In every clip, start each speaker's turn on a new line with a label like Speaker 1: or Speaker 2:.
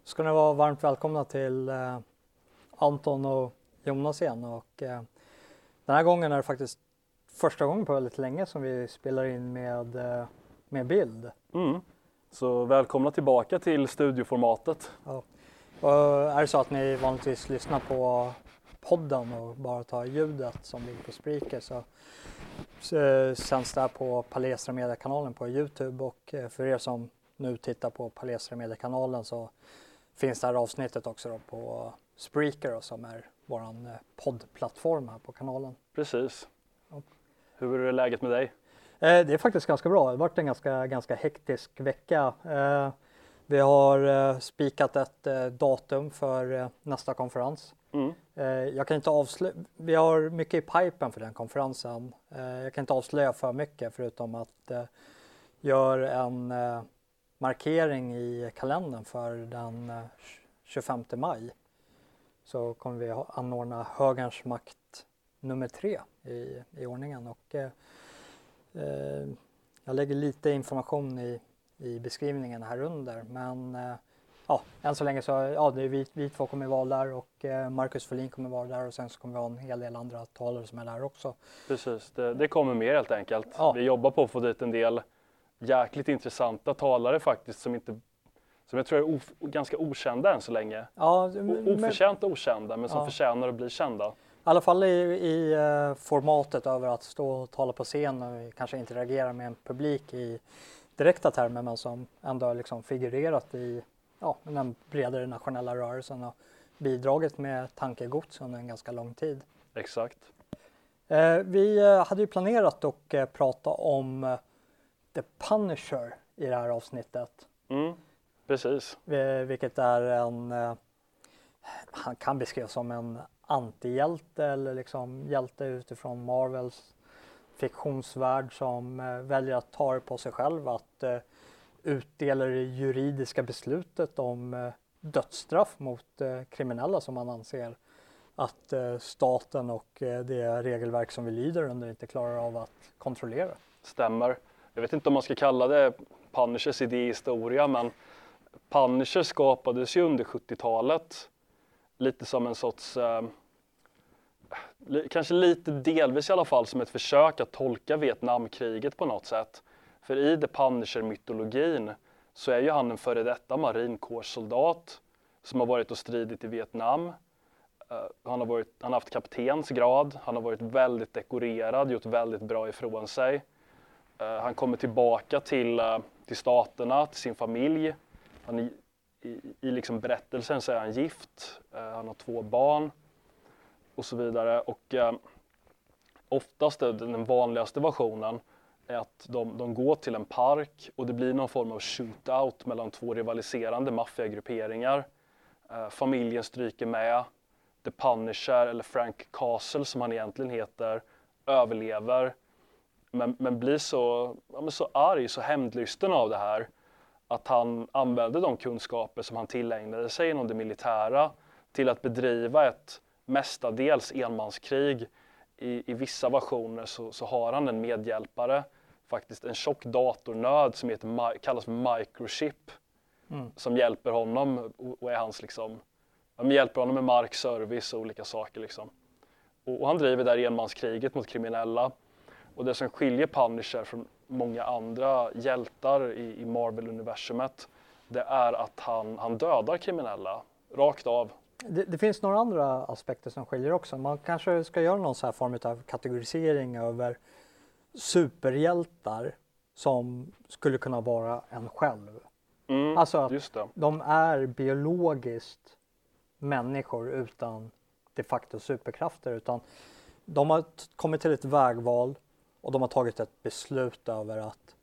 Speaker 1: Ska ni vara varmt välkomna till Anton och Jonas igen. Och, den här gången är det faktiskt första gången på väldigt länge som vi spelar in med bild.
Speaker 2: Så välkomna tillbaka till studioformatet.
Speaker 1: Ja. Och är det så att ni vanligtvis lyssnar på podden och bara tar ljudet som ligger på Spreaker så sänds det här på Palestra Media-kanalen på YouTube. Och för er som nu tittar på Palestra Media-kanalen så finns det här avsnittet också då på Spreaker som är våran poddplattform här på kanalen.
Speaker 2: Precis. Ja. Hur är läget med dig?
Speaker 1: Det är faktiskt ganska bra. Det har varit en ganska hektisk vecka. Vi har spikat ett datum för nästa konferens. Jag kan inte avslöja, vi har mycket i pipen för den konferensen. Jag kan inte avslöja för mycket förutom att göra en markering i kalendern för den 25 maj. Så kommer vi anordna Högerns makt nummer 3 i ordningen. Och jag lägger lite information i beskrivningen här under. Men än så länge så det är vi två kommer vara där och Marcus Ferlin kommer vara där och sen så kommer vi ha en hel del andra talare som är där också.
Speaker 2: Precis, det kommer mer helt enkelt.
Speaker 1: Ja.
Speaker 2: Vi jobbar på att få dit en del jäkligt intressanta talare faktiskt som jag tror är ganska okända än så länge.
Speaker 1: Ja,
Speaker 2: Oförtjänt okända men som förtjänar att bli kända.
Speaker 1: I alla fall i formatet över att stå och tala på scen och kanske interagera med en publik i direkta termer men som ändå har liksom figurerat i den bredare nationella rörelsen och bidragit med tankegods under en ganska lång tid.
Speaker 2: Exakt.
Speaker 1: Vi hade ju planerat att prata om The Punisher i det här avsnittet.
Speaker 2: Precis.
Speaker 1: Vilket är han kan beskrivas som en antihjälte eller liksom hjälte utifrån Marvels fiktionsvärld som väljer att ta det på sig själv att utdela det juridiska beslutet om dödsstraff mot kriminella som man anser att staten och det regelverk som vi lyder under inte klarar av att kontrollera.
Speaker 2: Stämmer. Jag vet inte om man ska kalla det Punishers idéhistoria, men Punisher skapades ju under 70-talet lite som en sorts, kanske lite delvis i alla fall som ett försök att tolka Vietnamkriget på något sätt. För i The Punisher-mytologin så är ju han en före detta marinkårssoldat som har varit och stridit i Vietnam. Han har haft kaptensgrad, han har varit väldigt dekorerad, gjort väldigt bra ifrån sig. Han kommer tillbaka till staterna, till sin familj. I liksom berättelsen så är han gift, han har 2 barn och så vidare. Och oftast den vanligaste versionen är att de går till en park och det blir någon form av shootout mellan 2 rivaliserande maffiagrupperingar. Familjen stryker med. The Punisher, eller Frank Castle som han egentligen heter, överlever. Men blir så arg, så hämndlysten av det här att han använde de kunskaper som han tillägnade sig inom det militära till att bedriva ett mestadels enmanskrig. I vissa versioner så har han en medhjälpare, faktiskt en tjock datornöd som kallas för microchip som hjälper honom och är hans liksom, hjälper honom med markservice och olika saker liksom. Och han driver där enmanskriget mot kriminella. Och det som skiljer Punisher från många andra hjältar i Marvel-universumet, det är att han dödar kriminella rakt av.
Speaker 1: Det finns några andra aspekter som skiljer också. Man kanske ska göra någon så här form av kategorisering över superhjältar som skulle kunna vara en själv. Alltså att de är biologiskt människor utan de facto superkrafter, utan de har kommit till ett vägval och de har tagit ett beslut över att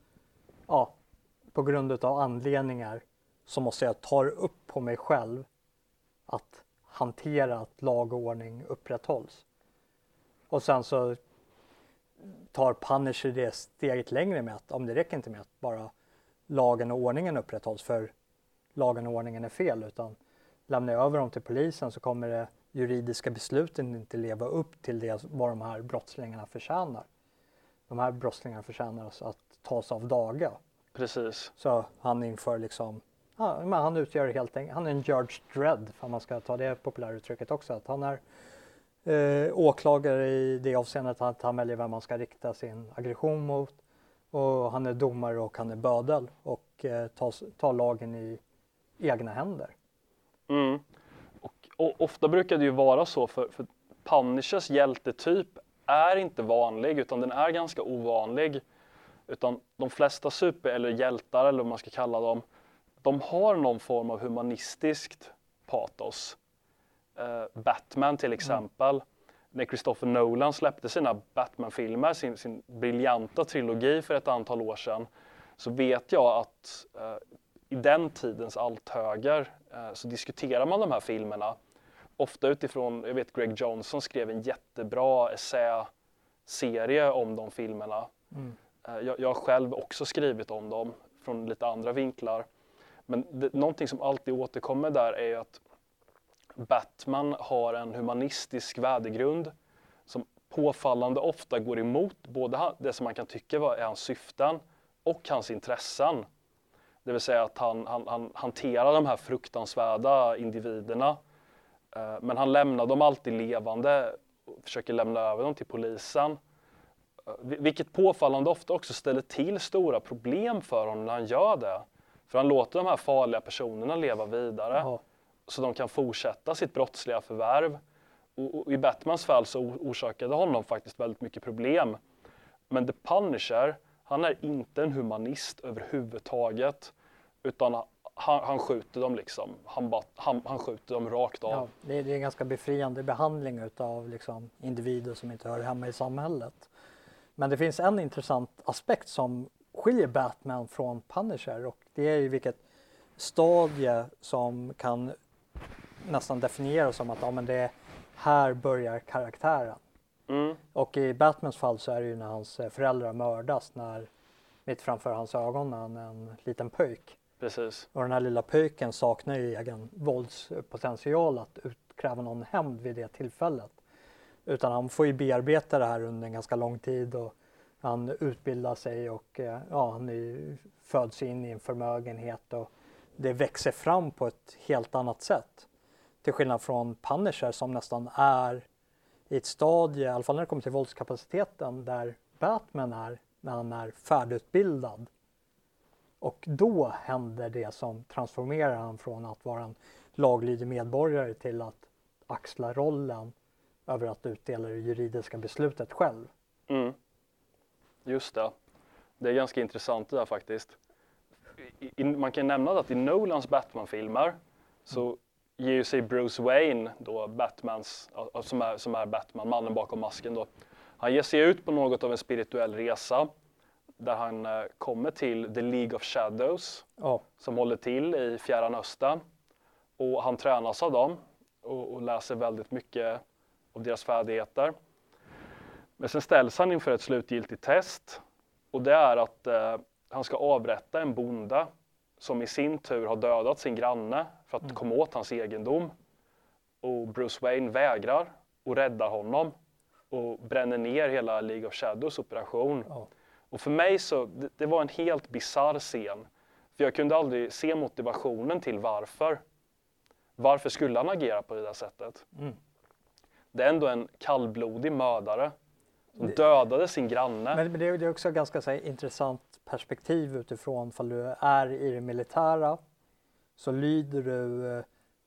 Speaker 1: på grund av anledningar så måste jag ta upp på mig själv att hantera att lag och ordning upprätthålls. Och sen så tar Punisher det steget längre med att om det räcker inte med att bara lagen och ordningen upprätthålls för lagen och ordningen är fel, utan lämnar jag över dem till polisen så kommer det juridiska besluten inte leva upp till det vad de här brottslingarna förtjänar. De här brottslingarna förtjänar att tas av daga.
Speaker 2: Precis.
Speaker 1: Så han inför liksom Ja, men han utgör helt enkelt, han är en Judge Dredd, för man ska ta det populära uttrycket också, att han är åklagare i det avseendet att han väljer vem man ska rikta sin aggression mot, och han är domare och han är bödel och tar lagen i egna händer.
Speaker 2: Och ofta brukar det ju vara så, för Punishers hjältetyp är inte vanlig, utan den är ganska ovanlig. Utan de flesta eller hjältar, eller vad man ska kalla dem, de har någon form av humanistiskt patos. Batman till exempel. När Christopher Nolan släppte sina Batman-filmer, sin briljanta trilogi för ett antal år sedan, så vet jag att i den tidens althöger så diskuterar man de här filmerna. Ofta utifrån, jag vet Greg Johnson skrev en jättebra essäserie om de filmerna. Jag har själv också skrivit om dem från lite andra vinklar. Men någonting som alltid återkommer där är att Batman har en humanistisk värdegrund som påfallande ofta går emot både det som man kan tycka är hans syften och hans intressen. Det vill säga att han hanterar de här fruktansvärda individerna, men han lämnar dem alltid levande och försöker lämna över dem till polisen. Vilket påfallande ofta också ställer till stora problem för honom när han gör det. För han låter de här farliga personerna leva vidare så de kan fortsätta sitt brottsliga förvärv. Och i Batmans fall så orsakade honom faktiskt väldigt mycket problem. Men The Punisher, han är inte en humanist överhuvudtaget, utan han skjuter dem liksom. Han skjuter dem rakt av.
Speaker 1: Ja, det är en ganska befriande behandling av liksom individer som inte hör hemma i samhället. Men det finns en intressant aspekt som skiljer Batman från Punisher, och det är ju vilket stadie som kan nästan definieras som att men det här börjar karaktären. Och i Batmans fall så är det ju när hans föräldrar mördas, mitt framför hans ögon, när han är en liten pöjk.
Speaker 2: Precis.
Speaker 1: Och den här lilla pöjken saknar ju egen våldspotential att utkräva någon hämnd vid det tillfället. Utan han får ju bearbeta det här under en ganska lång tid, och han utbildar sig och han föds in i en förmögenhet, och det växer fram på ett helt annat sätt. Till skillnad från Punisher som nästan är i ett stadie, i alla fall när det kommer till våldskapaciteten, där Batman är när han är färdigutbildad. Och då händer det som transformerar han från att vara en laglydig medborgare till att axla rollen över att utdela det juridiska beslutet själv.
Speaker 2: Just det. Det är ganska intressant det där faktiskt. Man kan nämna att i Nolans Batman-filmer så ger ju sig Bruce Wayne, då som är Batman, mannen bakom masken då. Han ger sig ut på något av en spirituell resa där han kommer till The League of Shadows som håller till i Fjärran Östern. Och han tränas av dem och läser väldigt mycket av deras färdigheter. Men sen ställs han inför ett slutgiltigt test, och det är att han ska avrätta en bonde som i sin tur har dödat sin granne för att komma åt hans egendom. Och Bruce Wayne vägrar och räddar honom och bränner ner hela League of Shadows operation. Och för mig så, det var en helt bizarr scen. För jag kunde aldrig se motivationen till varför. Varför skulle han agera på det där sättet? Det är ändå en kallblodig mördare som dödade sin granne. Men
Speaker 1: det är också ganska så här, intressant perspektiv utifrån, för du är i det militära så lyder du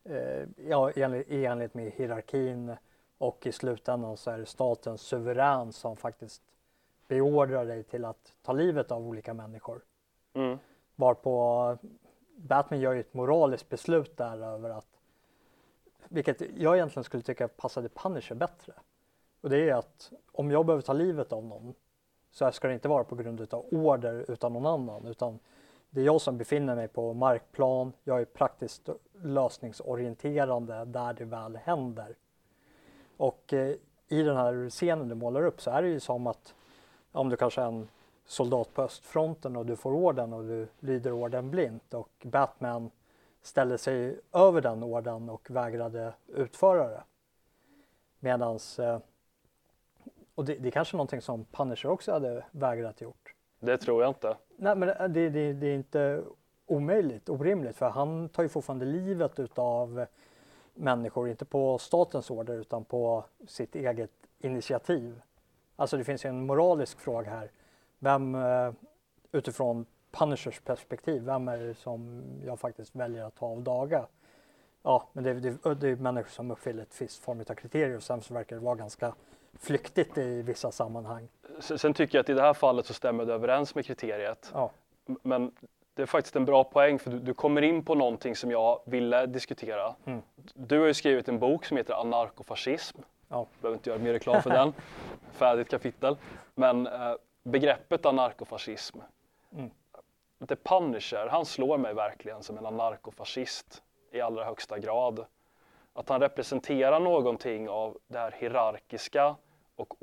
Speaker 1: i enlighet med hierarkin, och i slutändan så är det statens suverän som faktiskt beordrar dig till att ta livet av olika människor. Varpå Batman gör ju ett moraliskt beslut där över att, vilket jag egentligen skulle tycka passade Punisher bättre. Och det är att om jag behöver ta livet av någon så ska det inte vara på grund av order utan någon annan. Utan det är jag som befinner mig på markplan. Jag är praktiskt lösningsorienterande där det väl händer. Och i den här scenen du målar upp så är det ju som att om du kanske är en soldat på östfronten och du får orden och du lyder orden blint, och Batman ställde sig över den orden och vägrade utföra det. Medans, och det är kanske någonting som Punisher också hade vägrat gjort.
Speaker 2: Det tror jag inte.
Speaker 1: Nej, men det är inte omöjligt, orimligt, för han tar ju fortfarande livet utav människor, inte på statens order utan på sitt eget initiativ. Alltså det finns ju en moralisk fråga här. Vem, utifrån Punishers perspektiv, vem är det som jag faktiskt väljer att ta av daga? Ja, men det är människor som uppfyller ett visst form av kriterier, och sen så verkar det vara ganska flyktigt i vissa sammanhang.
Speaker 2: Sen tycker jag att i det här fallet så stämmer det överens med kriteriet.
Speaker 1: Ja.
Speaker 2: Men det är faktiskt en bra poäng, för du kommer in på någonting som jag ville diskutera. Du har ju skrivit en bok som heter Anarkofascism.
Speaker 1: Ja.
Speaker 2: Behöver inte göra mer reklam för den. Färdigt kapitel. Men begreppet anarkofascism. The Punisher, han slår mig verkligen som en anarkofascist i allra högsta grad. Att han representerar någonting av det här hierarkiska och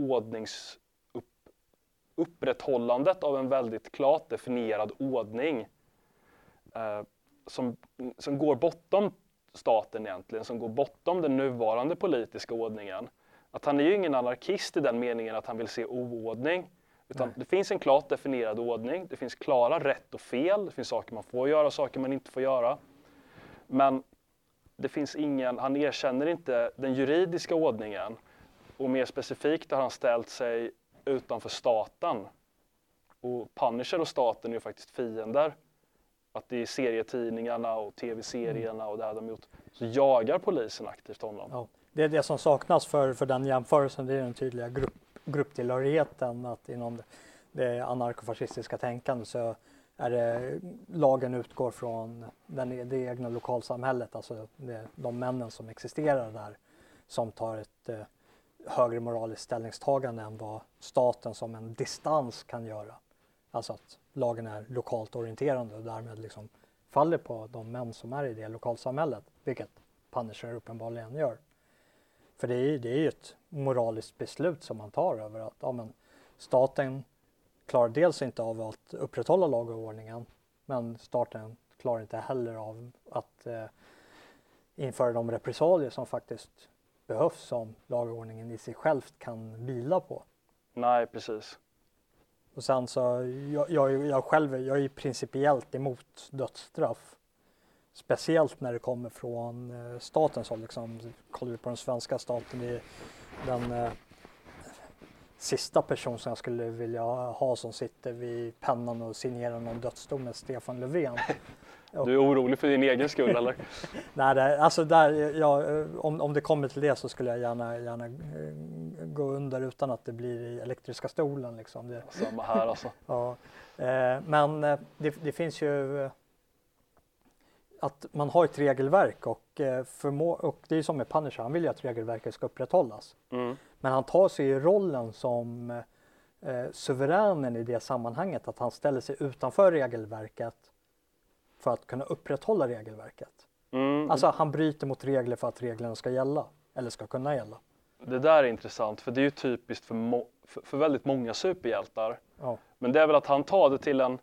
Speaker 2: upprätthållandet av en väldigt klart definierad ordning som går bortom staten egentligen, som går bortom den nuvarande politiska ordningen. Att han är ju ingen anarkist i den meningen att han vill se oordning, utan det finns en klart definierad ordning, det finns klara rätt och fel, det finns saker man får göra och saker man inte får göra. Men det finns han erkänner inte den juridiska ordningen, och mer specifikt har han ställt sig utanför staten. Och Punisher och staten är ju faktiskt fiender. Att i serietidningarna och tv-serierna och det här de gjort, så jagar polisen aktivt honom.
Speaker 1: Ja, det är det som saknas för den jämförelsen, det är den tydliga grupptillhörigheten, att inom det anarkofascistiska tänkandet så är det, lagen utgår från det egna lokalsamhället, alltså de männen som existerar där som tar ett högre moraliskt ställningstagande än vad staten som en distans kan göra. Alltså att lagen är lokalt orienterande och därmed liksom faller på de män som är i det lokalsamhället, vilket Punisher uppenbarligen gör. För det är ju ett moraliskt beslut som man tar över att staten klarar dels inte av att upprätthålla lag och ordningen, men staten klarar inte heller av att införa de repressalier som faktiskt behövs, som lag och ordningen i sig självt kan vila på.
Speaker 2: Nej, precis.
Speaker 1: Och sen så, jag är principiellt emot dödsstraff. Speciellt när det kommer från statens håll. Liksom, kollar vi på den svenska staten, det är den sista person som jag skulle vilja ha som sitter vid pennan och signerar någon dödsdom med Stefan Löfven.
Speaker 2: Du är orolig för din egen skull, eller?
Speaker 1: Nej, alltså om det kommer till det så skulle jag gärna gå under utan att det blir i elektriska stolen. Liksom.
Speaker 2: Samma här alltså.
Speaker 1: Ja, men det finns ju att man har ett regelverk och det är som med Punisher, han vill ju att regelverket ska upprätthållas. Men han tar sig i rollen som suveränen i det sammanhanget, att han ställer sig utanför regelverket för att kunna upprätthålla regelverket. Alltså han bryter mot regler för att reglerna ska gälla, eller ska kunna gälla.
Speaker 2: Det där är intressant, för det är ju typiskt för väldigt många superhjältar.
Speaker 1: Ja.
Speaker 2: Men det är väl att han tar det till en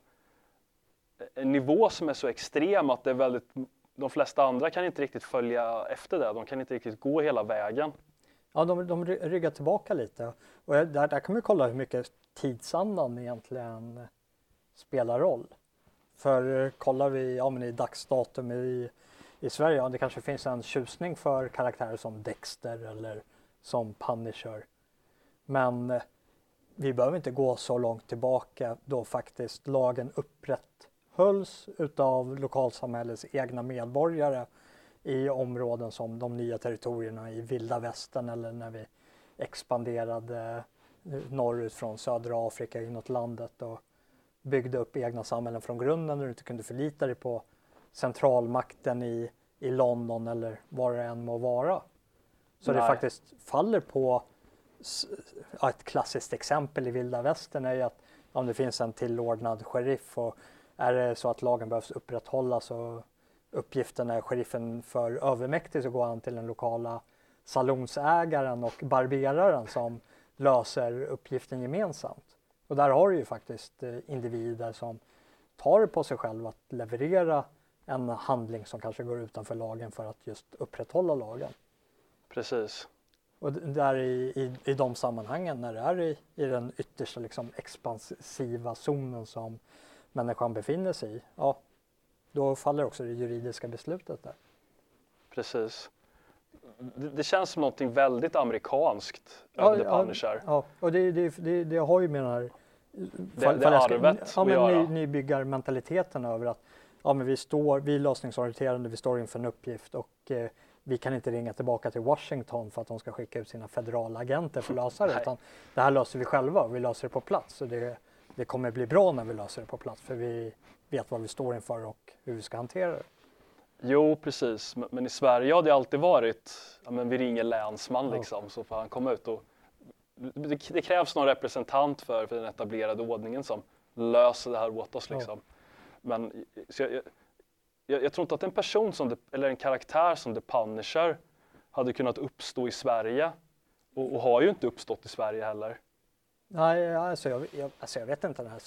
Speaker 2: nivå som är så extrem att det är de flesta andra kan inte riktigt följa efter det. De kan inte riktigt gå hela vägen.
Speaker 1: Ja, de ryggar tillbaka lite. Och där kan vi kolla hur mycket tidsandan egentligen spelar roll. För kollar vi i dagsdatum i Sverige, det kanske finns en tjusning för karaktärer som Dexter eller som Punisher. Men vi behöver inte gå så långt tillbaka då faktiskt lagen upprätthölls utav lokalsamhällets egna medborgare i områden som de nya territorierna i Vilda Västern, eller när vi expanderade norrut från södra Afrika inåt landet och byggde upp egna samhällen från grunden, där du inte kunde förlita dig på centralmakten i London eller vad det än må vara. Så det faktiskt faller på ett klassiskt exempel i Vilda Västern är ju att om det finns en tillordnad sheriff och är det så att lagen behövs upprätthållas och uppgiften är sheriffen för övermäktig, så går han till den lokala salonsägaren och barberaren som löser uppgiften gemensamt. Och där har du ju faktiskt individer som tar det på sig själv att leverera en handling som kanske går utanför lagen för att just upprätthålla lagen.
Speaker 2: Precis.
Speaker 1: Och där i de sammanhangen när det är i den yttersta liksom expansiva zonen som människan befinner sig i, ja, då faller också det juridiska beslutet där.
Speaker 2: Precis. Det känns som någonting väldigt amerikanskt över The Punisher.
Speaker 1: Ja, och det har ju med den här
Speaker 2: det arvet att göra.
Speaker 1: Nybyggarmentaliteten över att men vi är lösningsorienterade, vi står inför en uppgift och vi kan inte ringa tillbaka till Washington för att de ska skicka ut sina federala agenter för att lösa det. Utan det här löser vi själva och vi löser det på plats. Och det kommer bli bra när vi löser det på plats för vi vet vad vi står inför och hur vi ska hantera det.
Speaker 2: Jo, precis. Men i Sverige har det alltid varit, vi ringer länsman liksom, så får han komma ut och det krävs någon representant för den etablerade ordningen som löser det här åt oss liksom. Men så jag tror inte att en person eller en karaktär som The Punisher hade kunnat uppstå i Sverige och har ju inte uppstått i Sverige heller.
Speaker 1: Nej, alltså jag vet inte, den här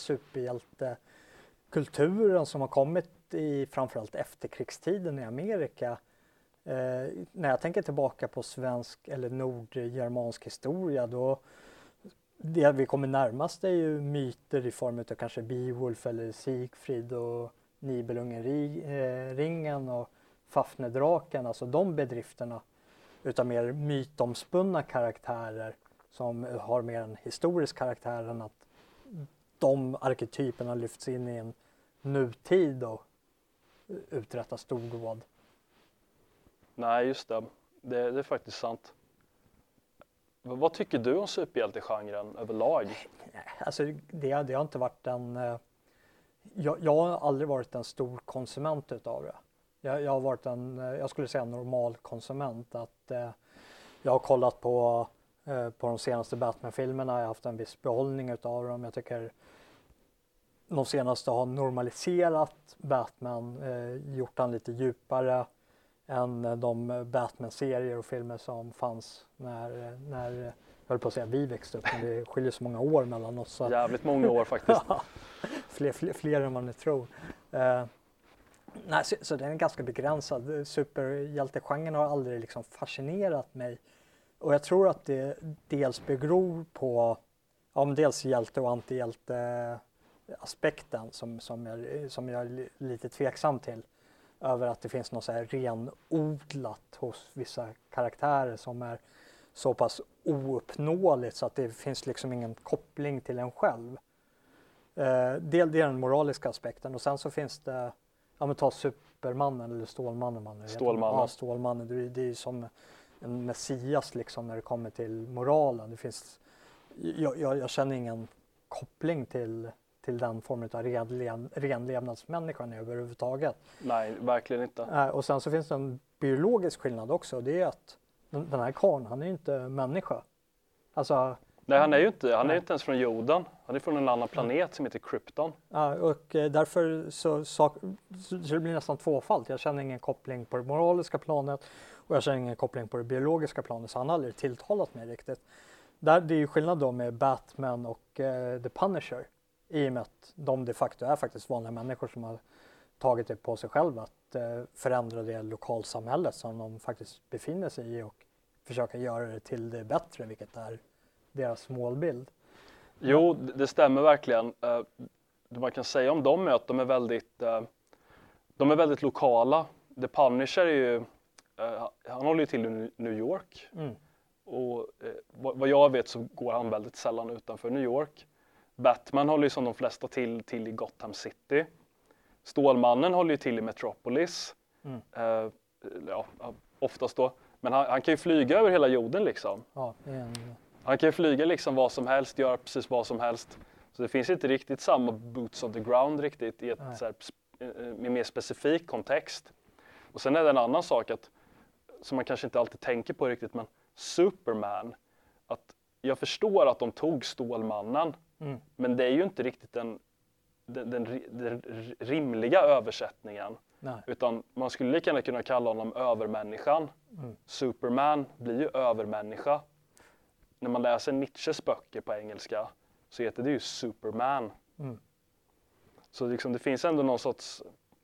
Speaker 1: superhjältekulturen som har kommit i framförallt efterkrigstiden i Amerika. När jag tänker tillbaka på svensk eller nordgermansk historia, då det vi kommer närmast är ju myter i form av kanske Beowulf eller Sigfrid och Nibelungenringen och Fafnedraken, alltså de bedrifterna utan mer mytomspunna karaktärer som har mer en historisk karaktär än att de arketyperna lyfts in i en nutid och uträttar stordåd.
Speaker 2: Nej, just det. Det är faktiskt sant. Vad tycker du om superhjältegenren överlag?
Speaker 1: Alltså det har inte varit jag har aldrig varit en stor konsument utav det. Jag har varit jag skulle säga normal konsument. Att jag har kollat på de senaste Batman-filmerna, jag har haft en viss behållning utav dem. Jag tycker de senaste har normaliserat Batman, gjort han lite djupare än de Batman-serier och filmer som fanns när jag höll på att säga vi växte upp, men det skiljer så många år mellan oss. Så.
Speaker 2: Jävligt många år faktiskt.
Speaker 1: fler än vad ni tror. Nej, så den är ganska begränsad. Superhjältegenren har aldrig liksom fascinerat mig. Och jag tror att det dels beror på dels hjälte och antihjälte aspekten som jag är lite tveksam till. Över att det finns något så här renodlat hos vissa karaktärer som är så pass ouppnåeligt så att det finns liksom ingen koppling till en själv. Det är den moraliska aspekten och sen så finns det, ta Supermannen eller Stålmannen. Stålmannen. Det är som en messias liksom när det kommer till moralen. Det finns, jag känner ingen koppling till den formen av renlevnadsmänniskan överhuvudtaget.
Speaker 2: Nej, verkligen inte.
Speaker 1: Och sen så finns det en biologisk skillnad också. Det är att den här karln, han är ju inte människa. Alltså,
Speaker 2: nej, han är ju inte ens från jorden. Han är från en annan planet som heter Krypton.
Speaker 1: Ja, och därför så det blir nästan tvåfalt. Jag känner ingen koppling på det moraliska planet och jag känner ingen koppling på det biologiska planet. Så han har aldrig tilltalat mig riktigt. Det är ju skillnad då med Batman och The Punisher. I och med att de de facto är faktiskt vanliga människor som har tagit det på sig själva att förändra det lokalsamhället som de faktiskt befinner sig i och försöka göra det till det bättre, vilket är deras målbild.
Speaker 2: Jo, det stämmer verkligen. Det man kan säga om dem är att de är väldigt lokala. The Punisher är ju, han håller ju till i New York. Och vad jag vet så går han väldigt sällan utanför New York. Batman håller ju som de flesta till i Gotham City. Stålmannen håller ju till i Metropolis. Oftast då. Men han kan ju flyga över hela jorden liksom.
Speaker 1: Ja,
Speaker 2: han kan ju flyga liksom vad som helst, göra precis vad som helst. Så det finns inte riktigt samma boots on the ground riktigt i ett så här, med mer specifik kontext. Och sen är det en annan sak som man kanske inte alltid tänker på riktigt, men Superman. Att jag förstår att de tog Stålmannen, men det är ju inte riktigt den rimliga översättningen.
Speaker 1: Nej.
Speaker 2: Utan man skulle lika gärna kunna kalla honom övermänniskan. Superman blir ju övermänniska. När man läser Nietzsches böcker på engelska så heter det ju Superman. Så liksom, det finns ändå någon sorts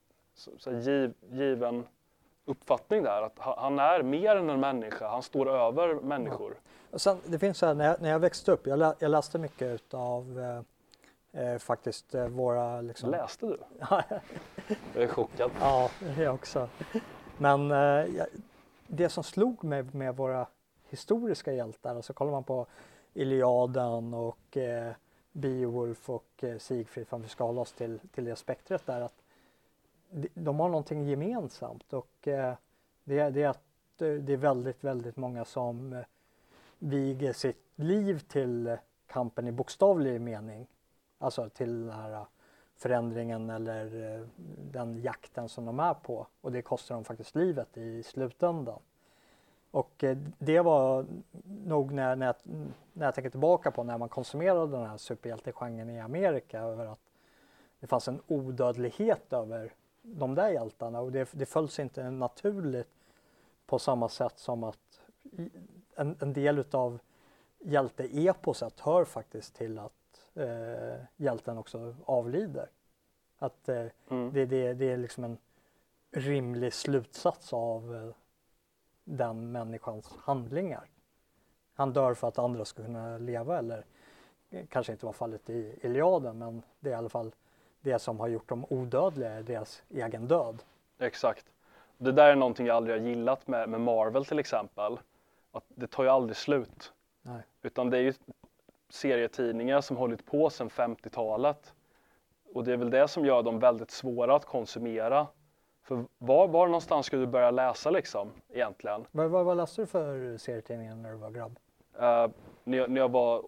Speaker 2: given uppfattning där. Att han är mer än en människa. Han står över människor.
Speaker 1: Ja. Och sen, det finns så här, när jag växte upp, jag läste mycket av faktiskt våra... Liksom,
Speaker 2: läste du? Jag är chockad.
Speaker 1: Ja, jag också. Men det som slog mig med våra historiska hjältar, alltså kollar man på Iliaden och Beowulf och Sigfrid, för att vi ska hålla oss till det spektret där, att de har någonting gemensamt, och det är att det är väldigt, väldigt många som viger sitt liv till kampen i bokstavlig mening. Alltså till den här förändringen eller den jakten som de är på. Och det kostar dem faktiskt livet i slutändan. Och det var nog när jag tänker tillbaka på när man konsumerade den här superhjältegenren i Amerika, över att det fanns en odödlighet över de där hjältarna, och det följs inte naturligt på samma sätt som att en del utav hjälteeposet hör faktiskt till att hjälten också avlider. Att det är liksom en rimlig slutsats av den människans handlingar. Han dör för att andra ska kunna leva, eller kanske inte var fallet i Iliaden, men det är i alla fall det som har gjort dem odödliga, deras egen död.
Speaker 2: Exakt. Det där är någonting jag aldrig har gillat med Marvel till exempel. Att det tar ju aldrig slut.
Speaker 1: Nej.
Speaker 2: Utan det är ju serietidningar som hållit på sedan 50-talet. Och det är väl det som gör dem väldigt svåra att konsumera. För var någonstans skulle du börja läsa liksom egentligen?
Speaker 1: Vad läste du för serietidningar när du var grabb?
Speaker 2: När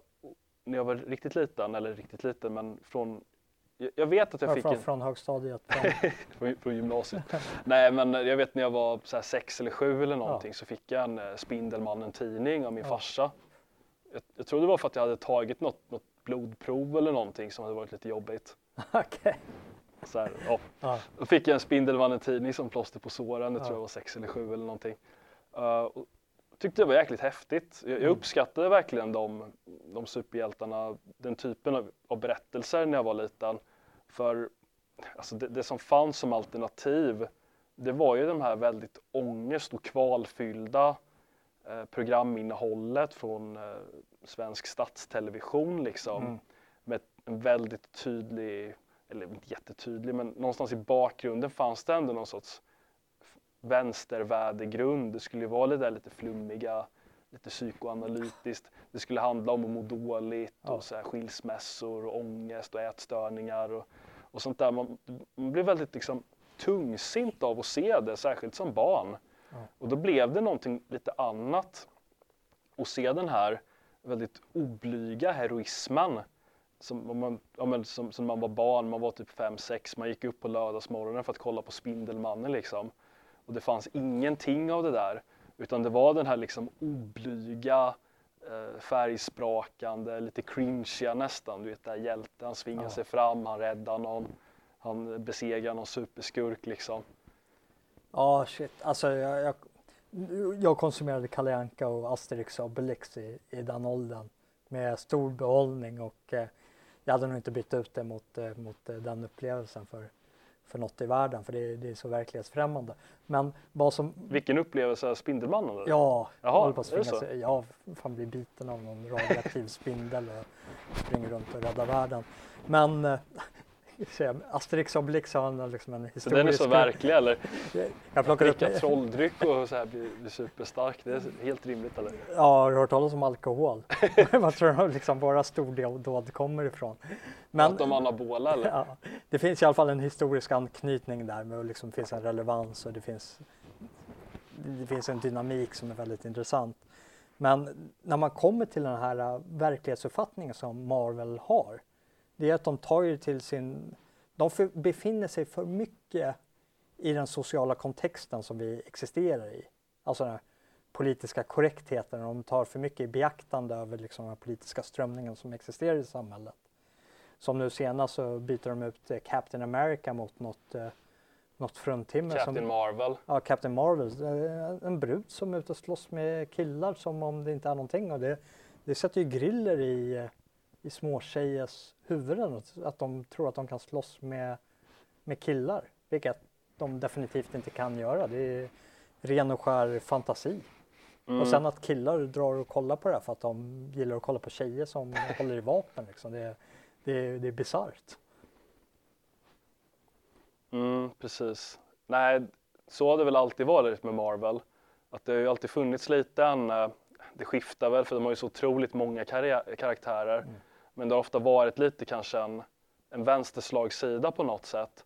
Speaker 2: jag var riktigt liten, men från... Jag vet att jag fick
Speaker 1: från högstadiet?
Speaker 2: Från gymnasiet. Nej, men jag vet när jag var så här 6 eller 7 eller någonting, så fick jag en Spindelmannen-tidning av min farsa. Jag tror det var för att jag hade tagit något blodprov eller någonting som hade varit lite jobbigt.
Speaker 1: Okej.
Speaker 2: Så här, Då fick jag en Spindelmannen-tidning som plåster på såren. Jag tror jag var 6 eller 7 eller någonting. Och tyckte det var jäkligt häftigt. Jag uppskattade verkligen de superhjältarna, den typen av berättelser när jag var liten. För alltså det som fanns som alternativ, det var ju de här väldigt ångest- och kvalfyllda programinnehållet från svensk statstelevision liksom. Med en väldigt tydlig, eller inte jättetydlig, men någonstans i bakgrunden fanns det ändå någon sorts vänstervärdegrund. Det skulle ju vara lite flummiga, lite psykoanalytiskt. Det skulle handla om att må dåligt och så här skilsmässor och ångest och ätstörningar och sånt där. Man blev väldigt liksom tungsint av att se det, särskilt som barn. Och då blev det någonting lite annat att se den här väldigt oblyga heroismen som man var barn. Man var typ 5-6, man gick upp på lördagsmorgonen för att kolla på Spindelmannen liksom. Och det fanns ingenting av det där, utan det var den här liksom oblyga, färgsprakande, lite cringiga nästan. Du vet, där hjälten, han svingar sig fram, han räddar någon, han besegrar någon superskurk liksom.
Speaker 1: Ja, shit. Alltså jag konsumerade Kalle Anka och Asterix och Obelix i den åldern med stor behållning, och jag hade nog inte bytt ut det mot den upplevelsen för något i världen, för det är så verklighetsfrämmande. Men vad som...
Speaker 2: Vilken upplevelse, Spindelmannen? Eller?
Speaker 1: Ja,
Speaker 2: jaha,
Speaker 1: jag fan blir biten av någon radioaktiv spindel och springer runt och räddar världen. Men Asterix och Obelix har liksom en historisk...
Speaker 2: Så den är så verklig, eller?
Speaker 1: Jag plockar upp
Speaker 2: trolldryck och så här blir superstark. Det är helt rimligt, eller?
Speaker 1: Ja, har du hört talas om alkohol? Vad tror du liksom våra stordåd kommer ifrån?
Speaker 2: Men de anabola, eller?
Speaker 1: Ja, det finns i alla fall en historisk anknytning där, med liksom finns en relevans, och det finns en dynamik som är väldigt intressant. Men när man kommer till den här verklighetsuppfattningen som Marvel har, det är att de tar ju till de befinner sig för mycket i den sociala kontexten som vi existerar i. Alltså den här politiska korrektheten, de tar för mycket i beaktande över liksom den politiska strömningen som existerar i samhället. Som nu senast så byter de ut Captain America mot något fruntimmer.
Speaker 2: Captain Marvel.
Speaker 1: Ja, Captain Marvel. En brud som är ute och slåss med killar som om det inte är någonting. Och det sätter ju griller i små tjejers huvuden. Att de tror att de kan slåss med killar. Vilket de definitivt inte kan göra. Det är ren och skär fantasi. Och sen att killar drar och kollar på det här för att de gillar att kolla på tjejer som håller i vapen. Liksom. Det är bisarrt.
Speaker 2: Precis. Nej, så har det väl alltid varit med Marvel. Att det har ju alltid funnits lite det skiftar väl för de har ju så otroligt många karaktärer. Men det har ofta varit lite kanske en vänsterslagsida på något sätt.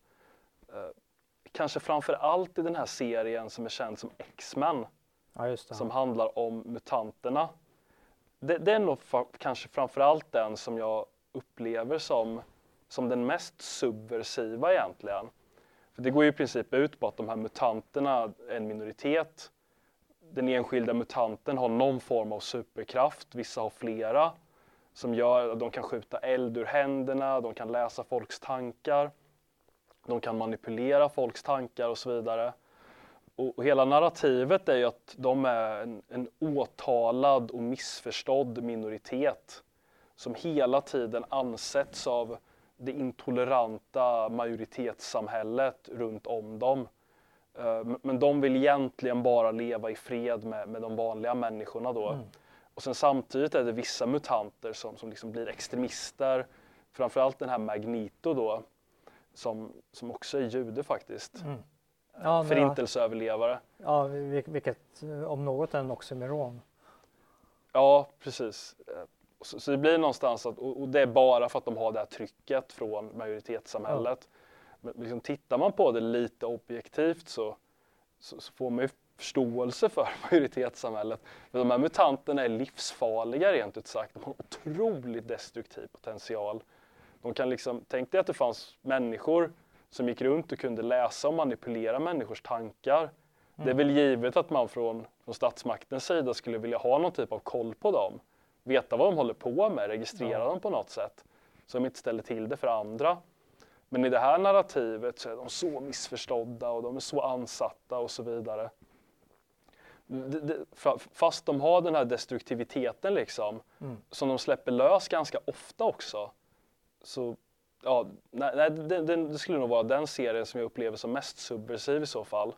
Speaker 2: Kanske framför allt i den här serien som är känd som X-Men.
Speaker 1: Ja, just det.
Speaker 2: Som handlar om mutanterna. Det är nog kanske framför allt den som jag upplever som den mest subversiva egentligen. För det går ju i princip ut på att de här mutanterna är en minoritet. Den enskilda mutanten har någon form av superkraft, vissa har flera. Som gör att de kan skjuta eld ur händerna, de kan läsa folks tankar. De kan manipulera folks tankar och så vidare. Och hela narrativet är ju att de är en åtalad och missförstådd minoritet. Som hela tiden ansätts av det intoleranta majoritetssamhället runt om dem. Men de vill egentligen bara leva i fred med de vanliga människorna då. Och sen samtidigt är det vissa mutanter som liksom blir extremister. Framförallt den här Magneto då. Som också är jude faktiskt.
Speaker 1: Ja,
Speaker 2: förintelseöverlevare.
Speaker 1: Ja, vilket om något är en oxymoron.
Speaker 2: Ja, precis. Så det blir någonstans att, och det är bara för att de har det här trycket från majoritetssamhället. Men liksom, tittar man på det lite objektivt så får man ju förståelse för majoritetssamhället. För de här mutanterna är livsfarliga rent ut sagt. De har otroligt destruktiv potential. De kan liksom, tänk dig att det fanns människor som gick runt och kunde läsa och manipulera människors tankar. Det är väl givet att man från statsmaktens sida skulle vilja ha någon typ av koll på dem. Veta vad de håller på med, registrera dem på något sätt. Så de inte ställer till det för andra. Men i det här narrativet så är de så missförstådda och de är så ansatta och så vidare. Fast de har den här destruktiviteten liksom, som de släpper lös ganska ofta också. Så ja, nej, det skulle nog vara den serien som jag upplever som mest subversiv i så fall.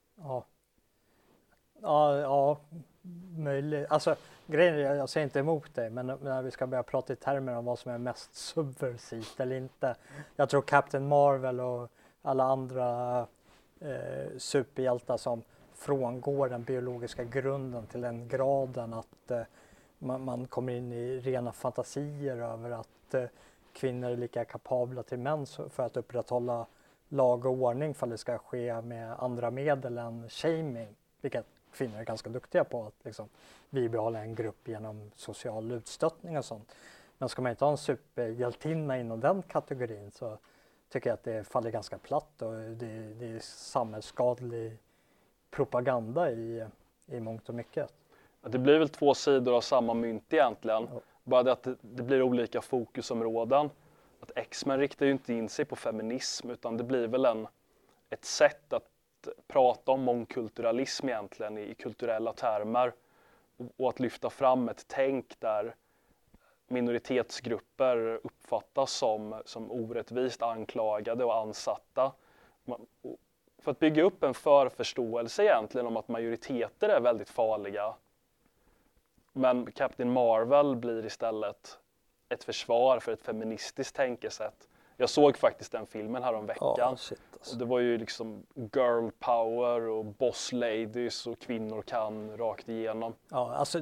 Speaker 1: Ja, möjligt. Alltså grejen är, jag säger inte emot dig, men när vi ska börja prata i termer om vad som är mest subversivt eller inte. Jag tror Captain Marvel och alla andra superhjältar som frångår den biologiska grunden till den graden att man kommer in i rena fantasier över att kvinnor är lika kapabla till män för att upprätthålla lag och ordning för att det ska ske med andra medel än shaming, vilket kvinnor är ganska duktiga på att liksom bibehålla en grupp genom social utstöttning och sånt. Men ska man inte ha en superhjältinna inom den kategorin så tycker jag att det faller ganska platt och det är samhällsskadlig propaganda i mångt och mycket.
Speaker 2: Det blir väl två sidor av samma mynt egentligen. Ja. Bara det att det blir olika fokusområden. Att X-Men riktar ju inte in sig på feminism utan det blir väl ett sätt att prata om mångkulturalism egentligen i kulturella termer. Och att lyfta fram ett tänk där minoritetsgrupper uppfattas som orättvist anklagade och ansatta. För att bygga upp en förförståelse egentligen om att majoriteter är väldigt farliga. Men Captain Marvel blir istället ett försvar för ett feministiskt tänkesätt. Jag såg faktiskt den filmen här om veckan. Och det var ju liksom girl power och boss ladies och kvinnor kan rakt igenom.
Speaker 1: Ja, alltså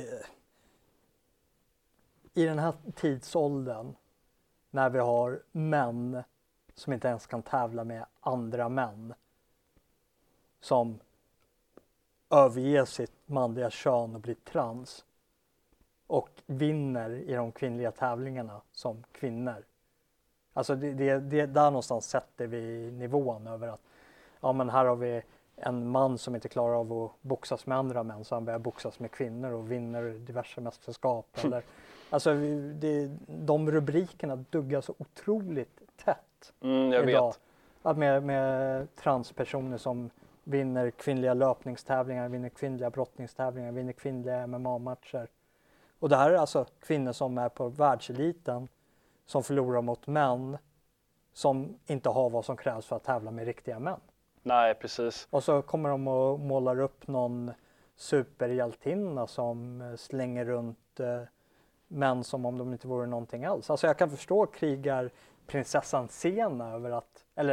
Speaker 1: i den här tidsåldern när vi har män som inte ens kan tävla med andra män som överger sitt manliga kön och blir trans och vinner i de kvinnliga tävlingarna som kvinnor. Alltså det där någonstans sätter vi nivån över att ja, men här har vi en man som inte klarar av att boxas med andra män så han börjar boxas med kvinnor och vinner diverse mästerskap. Eller, alltså de rubrikerna duggar så otroligt tätt
Speaker 2: jag
Speaker 1: idag.
Speaker 2: Vet.
Speaker 1: Med transpersoner som vinner kvinnliga löpningstävlingar, vinner kvinnliga brottningstävlingar, vinner kvinnliga MMA-matcher. Och det här är alltså kvinnor som är på världseliten som förlorar mot män som inte har vad som krävs för att tävla med riktiga män.
Speaker 2: Nej, precis.
Speaker 1: Och så kommer de och målar upp någon superhjältinna som slänger runt män som om de inte vore någonting alls. Alltså jag kan förstå krigarprinsessan scen över att, eller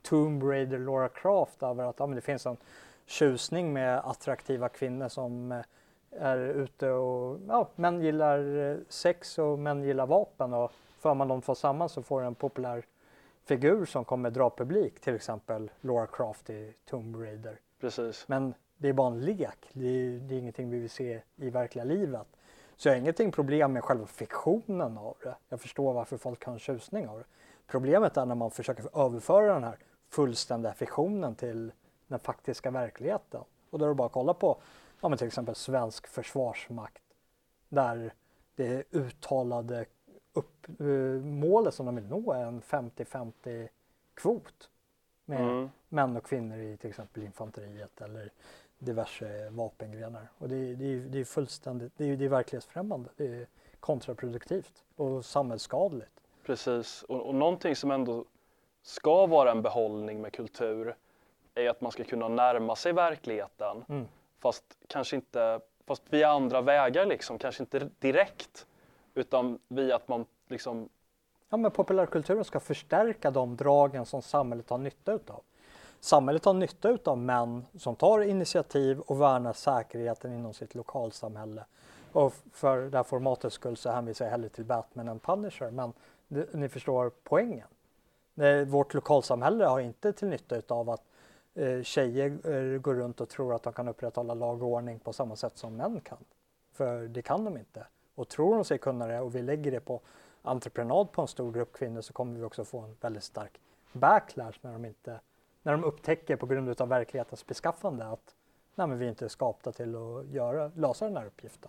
Speaker 1: Tomb Raider Lara Croft över att men det finns en tjusning med attraktiva kvinnor som är ute och män gillar sex och män gillar vapen och för man de två samman så får en populär figur som kommer dra publik, till exempel Lara Croft i Tomb Raider.
Speaker 2: Precis.
Speaker 1: Men det är bara en lek, det är ingenting vi vill se i verkliga livet. Så jag har ingenting problem med själva fiktionen av det. Jag förstår varför folk har en tjusning av det. Problemet är när man försöker överföra den här fullständiga fiktionen till den faktiska verkligheten. Och då är det bara att kolla på till exempel svensk försvarsmakt. Där det uttalade målet som de vill nå är en 50-50 kvot med män och kvinnor i till exempel infanteriet eller diverse vapengrenar. Och det är fullständigt, det är verklighetsfrämmande, det är kontraproduktivt och samhällsskadligt.
Speaker 2: Precis, och någonting som ändå ska vara en behållning med kultur är att man ska kunna närma sig verkligheten. Fast via andra vägar liksom, kanske inte direkt utan via att man liksom...
Speaker 1: Ja, men populärkulturen ska förstärka de dragen som samhället har nytta utav. Samhället har nytta utav män som tar initiativ och värnar säkerheten inom sitt lokalsamhälle. Och för det här formatets skull så hänvisar jag hellre till Batman än Punisher, men ni förstår poängen. Vårt lokalsamhälle har inte till nytta utav att tjejer går runt och tror att de kan upprätthålla lag och ordning på samma sätt som män kan. För det kan de inte. Och tror de sig kunna det och vi lägger det på entreprenad på en stor grupp kvinnor så kommer vi också få en väldigt stark backlash när de upptäcker på grund av verklighetens beskaffande att vi inte är skapta till att lösa den här uppgiften.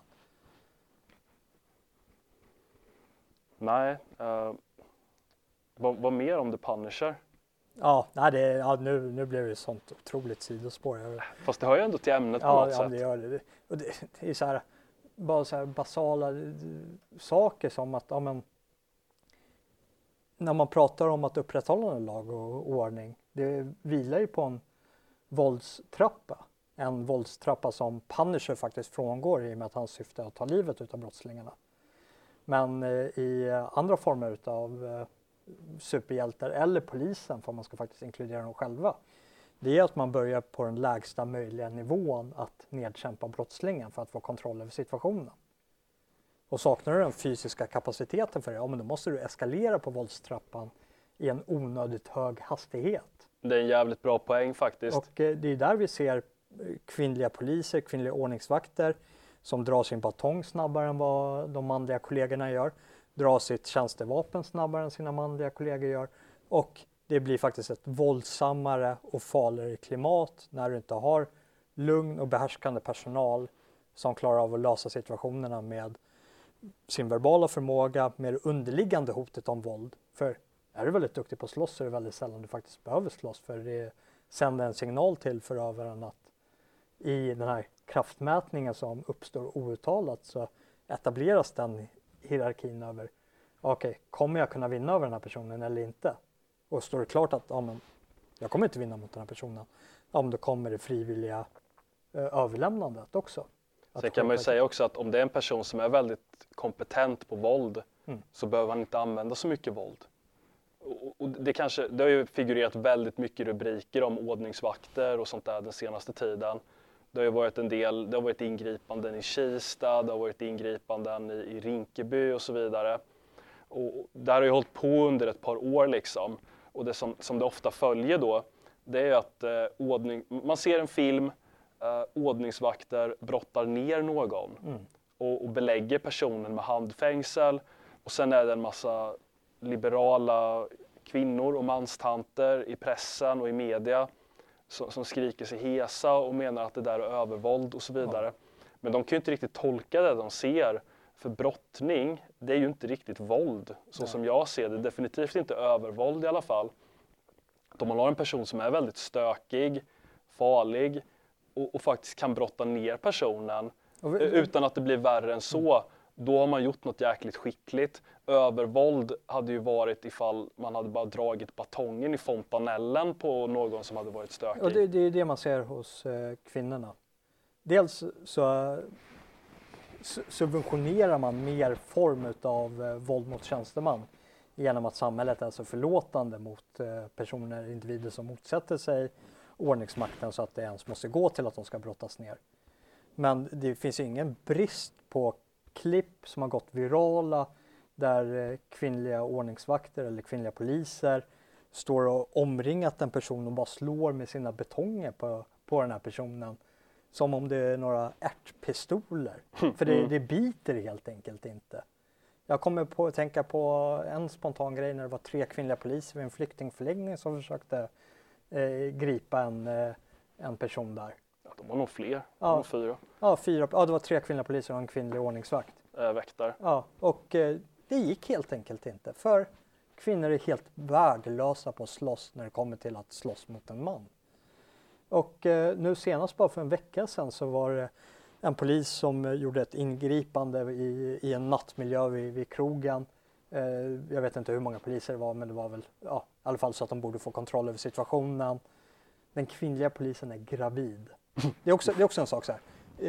Speaker 2: Nej, vad mer om The Punisher?
Speaker 1: Nu blir det sånt otroligt sidospår.
Speaker 2: Fast det hör ju ändå till ämnet på något sätt. Ja,
Speaker 1: det gör det. Och det är så här, bara så här basala saker som att när man pratar om att upprätthålla en lag och ordning, det vilar ju på en våldstrappa. En våldstrappa som Punisher faktiskt frångår i och med att hans syfte är att ta livet utav brottslingarna. Men i andra former utav superhjältar eller polisen, för man ska faktiskt inkludera dem själva, det är att man börjar på den lägsta möjliga nivån att nedkämpa brottslingen för att få kontroll över situationen. Och saknar du den fysiska kapaciteten för det, då måste du eskalera på våldstrappan i en onödigt hög hastighet.
Speaker 2: Det är en jävligt bra poäng faktiskt.
Speaker 1: Och det är där vi ser kvinnliga poliser, kvinnliga ordningsvakter som drar sin batong snabbare än vad de manliga kollegorna gör, drar sitt tjänstevapen snabbare än sina manliga kollegor gör, och det blir faktiskt ett våldsammare och farligare klimat när du inte har lugn och behärskande personal som klarar av att lösa situationerna med sin verbala förmåga, med det underliggande hotet om våld. För är du väldigt duktig på att slåss så är det väldigt sällan du faktiskt behöver slåss, för det sänder en signal till förövaren att i den här kraftmätningen som uppstår outtalat så etableras den hierarkin över kommer jag kunna vinna över den här personen eller inte? Och står det klart att jag kommer inte vinna mot den här personen, då kommer det frivilliga överlämnandet också.
Speaker 2: Sen kan man ju säga också att om det är en person som är väldigt kompetent på våld så behöver han inte använda så mycket våld. Och det har ju figurerat väldigt mycket rubriker om ordningsvakter och sånt där den senaste tiden. Det har ju varit det har varit ingripanden i Kista, det har varit ingripanden i Rinkeby och så vidare. Och där har ju hållit på under ett par år liksom. Och det som det ofta följer då, det är att man ser en film, ordningsvakter brottar ner någon och belägger personen med handfängsel. Och sen är det en massa liberala kvinnor och manstanter i pressen och i media som skriker sig hesa och menar att det där är övervåld och så vidare. Men de kan ju inte riktigt tolka det de ser. För brottning, det är ju inte riktigt våld. Så som jag ser det, definitivt inte övervåld i alla fall. Om man har en person som är väldigt stökig, farlig och faktiskt kan brotta ner personen utan att det blir värre än så, då har man gjort något jäkligt skickligt. Övervåld hade ju varit ifall man hade bara dragit batongen i fontanellen på någon som hade varit stökig.
Speaker 1: Och det är det man ser hos kvinnorna. Dels så subventionerar man mer form av våld mot tjänsteman genom att samhället är så förlåtande mot individer som motsätter sig ordningsmakten så att det ens måste gå till att de ska brottas ner. Men det finns ingen brist på klipp som har gått virala där kvinnliga ordningsvakter eller kvinnliga poliser står och omringat en person och bara slår med sina betonger på den här personen. Som om det är några ärtpistoler. För det biter helt enkelt inte. Jag kommer på att tänka på en spontan grej när det var 3 kvinnliga poliser vid en flyktingförläggning som försökte gripa en person där.
Speaker 2: Ja, de var nog fler. De var 4.
Speaker 1: Ja, 4. Ja, det var 3 kvinnliga poliser och en kvinnlig ordningsvakt.
Speaker 2: Väktare.
Speaker 1: Ja, och det gick helt enkelt inte. För kvinnor är helt värdelösa på att slåss när det kommer till att slåss mot en man. Och nu senast bara för en vecka sedan så var det en polis som gjorde ett ingripande i en nattmiljö vid krogen. Jag vet inte hur många poliser det var, men det var väl i alla fall så att de borde få kontroll över situationen. Den kvinnliga polisen är gravid. Det är också en sak så här.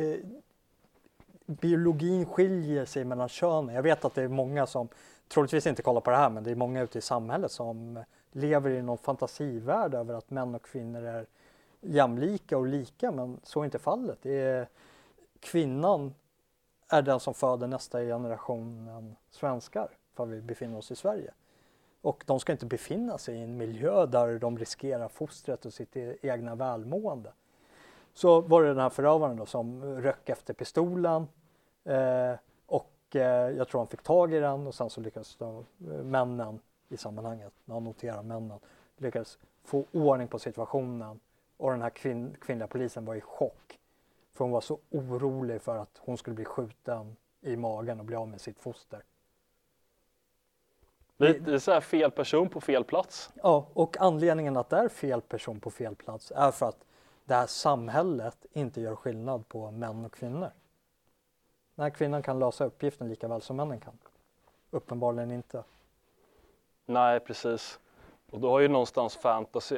Speaker 1: Biologin skiljer sig mellan könen. Jag vet att det är många som troligtvis inte kollar på det här, men det är många ute i samhället som lever i någon fantasivärld över att män och kvinnor är jämlika och lika, men så är inte fallet. Kvinnan är den som föder nästa generationen svenskar för vi befinner oss i Sverige. Och de ska inte befinna sig i en miljö där de riskerar fostret och sitt egna välmående. Så var det den här förövaren då som röck efter pistolen och jag tror han fick tag i den och sen så lyckades männen i sammanhanget, när han noterar männen, lyckades få ordning på situationen. Och den här kvinnliga polisen var i chock. För hon var så orolig för att hon skulle bli skjuten i magen och bli av med sitt foster.
Speaker 2: Det är så här fel person på fel plats.
Speaker 1: Ja, och anledningen att det är fel person på fel plats är för att det här samhället inte gör skillnad på män och kvinnor. Den här kvinnan kan lösa uppgiften lika väl som männen kan. Uppenbarligen inte.
Speaker 2: Nej, precis. Och då har ju någonstans fantasy,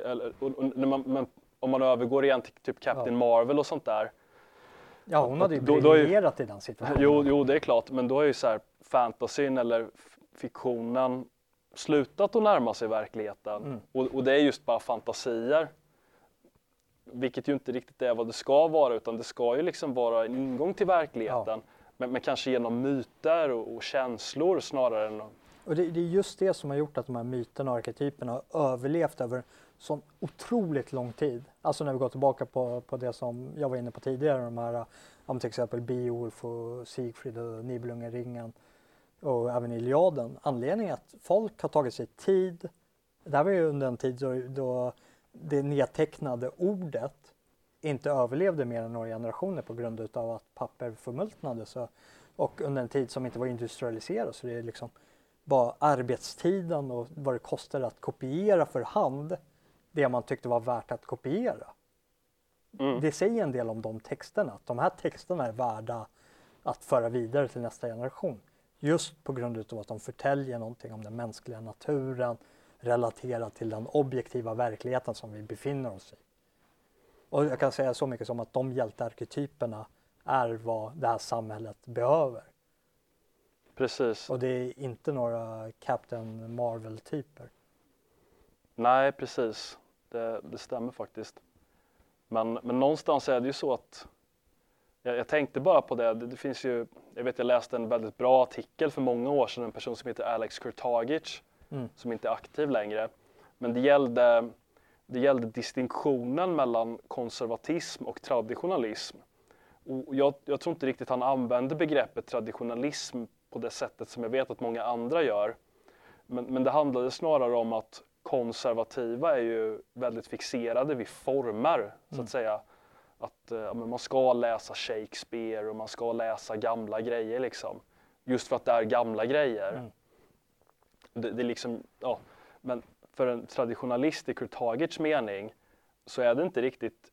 Speaker 2: om man övergår igen till typ Captain Marvel och sånt där.
Speaker 1: Ja, hon hade ju briljerat i den situationen.
Speaker 2: Jo, det är klart. Men då är ju så här fantasyn eller fiktionen slutat att närma sig verkligheten. Och det är just bara fantasier. Vilket ju inte riktigt är vad det ska vara, utan det ska ju liksom vara en ingång till verkligheten. Ja. Men kanske genom myter och känslor snarare än...
Speaker 1: Och det är just det som har gjort att de här myterna och arketyperna har överlevt över sån otroligt lång tid. Alltså när vi går tillbaka på det som jag var inne på tidigare, de här om till exempel Beowulf och Siegfried och Nibelungenringen och även Iliaden. Anledningen att folk har tagit sig tid, det här var ju under en tid då det nedtecknade ordet inte överlevde mer än några generationer på grund av att papper förmultnade. Och under en tid som inte var industrialiserad, så det är liksom bara arbetstiden och vad det kostade att kopiera för hand det man tyckte var värt att kopiera. Det säger en del om de texterna, att de här texterna är värda att föra vidare till nästa generation. Just på grund av att de förtäljer någonting om den mänskliga naturen relaterat till den objektiva verkligheten som vi befinner oss i. Och jag kan säga så mycket som att de hjältearketyperna är vad det här samhället behöver.
Speaker 2: Precis.
Speaker 1: Och det är inte några Captain Marvel-typer.
Speaker 2: Nej, precis. Det stämmer faktiskt. Men någonstans är det ju så att jag tänkte bara på det. Det finns ju, jag läste en väldigt bra artikel för många år sedan, en person som heter Alex Kurtagic som inte är aktiv längre. Men det gällde distinktionen mellan konservatism och traditionalism. Och jag tror inte riktigt han använde begreppet traditionalism på det sättet som jag vet att många andra gör. Men det handlade snarare om att konservativa är ju väldigt fixerade vid former, så att säga. Att man ska läsa Shakespeare och man ska läsa gamla grejer liksom. Just för att det är gamla grejer. Det är liksom, ja. Men för en traditionalist i Kurtagics mening så är det inte riktigt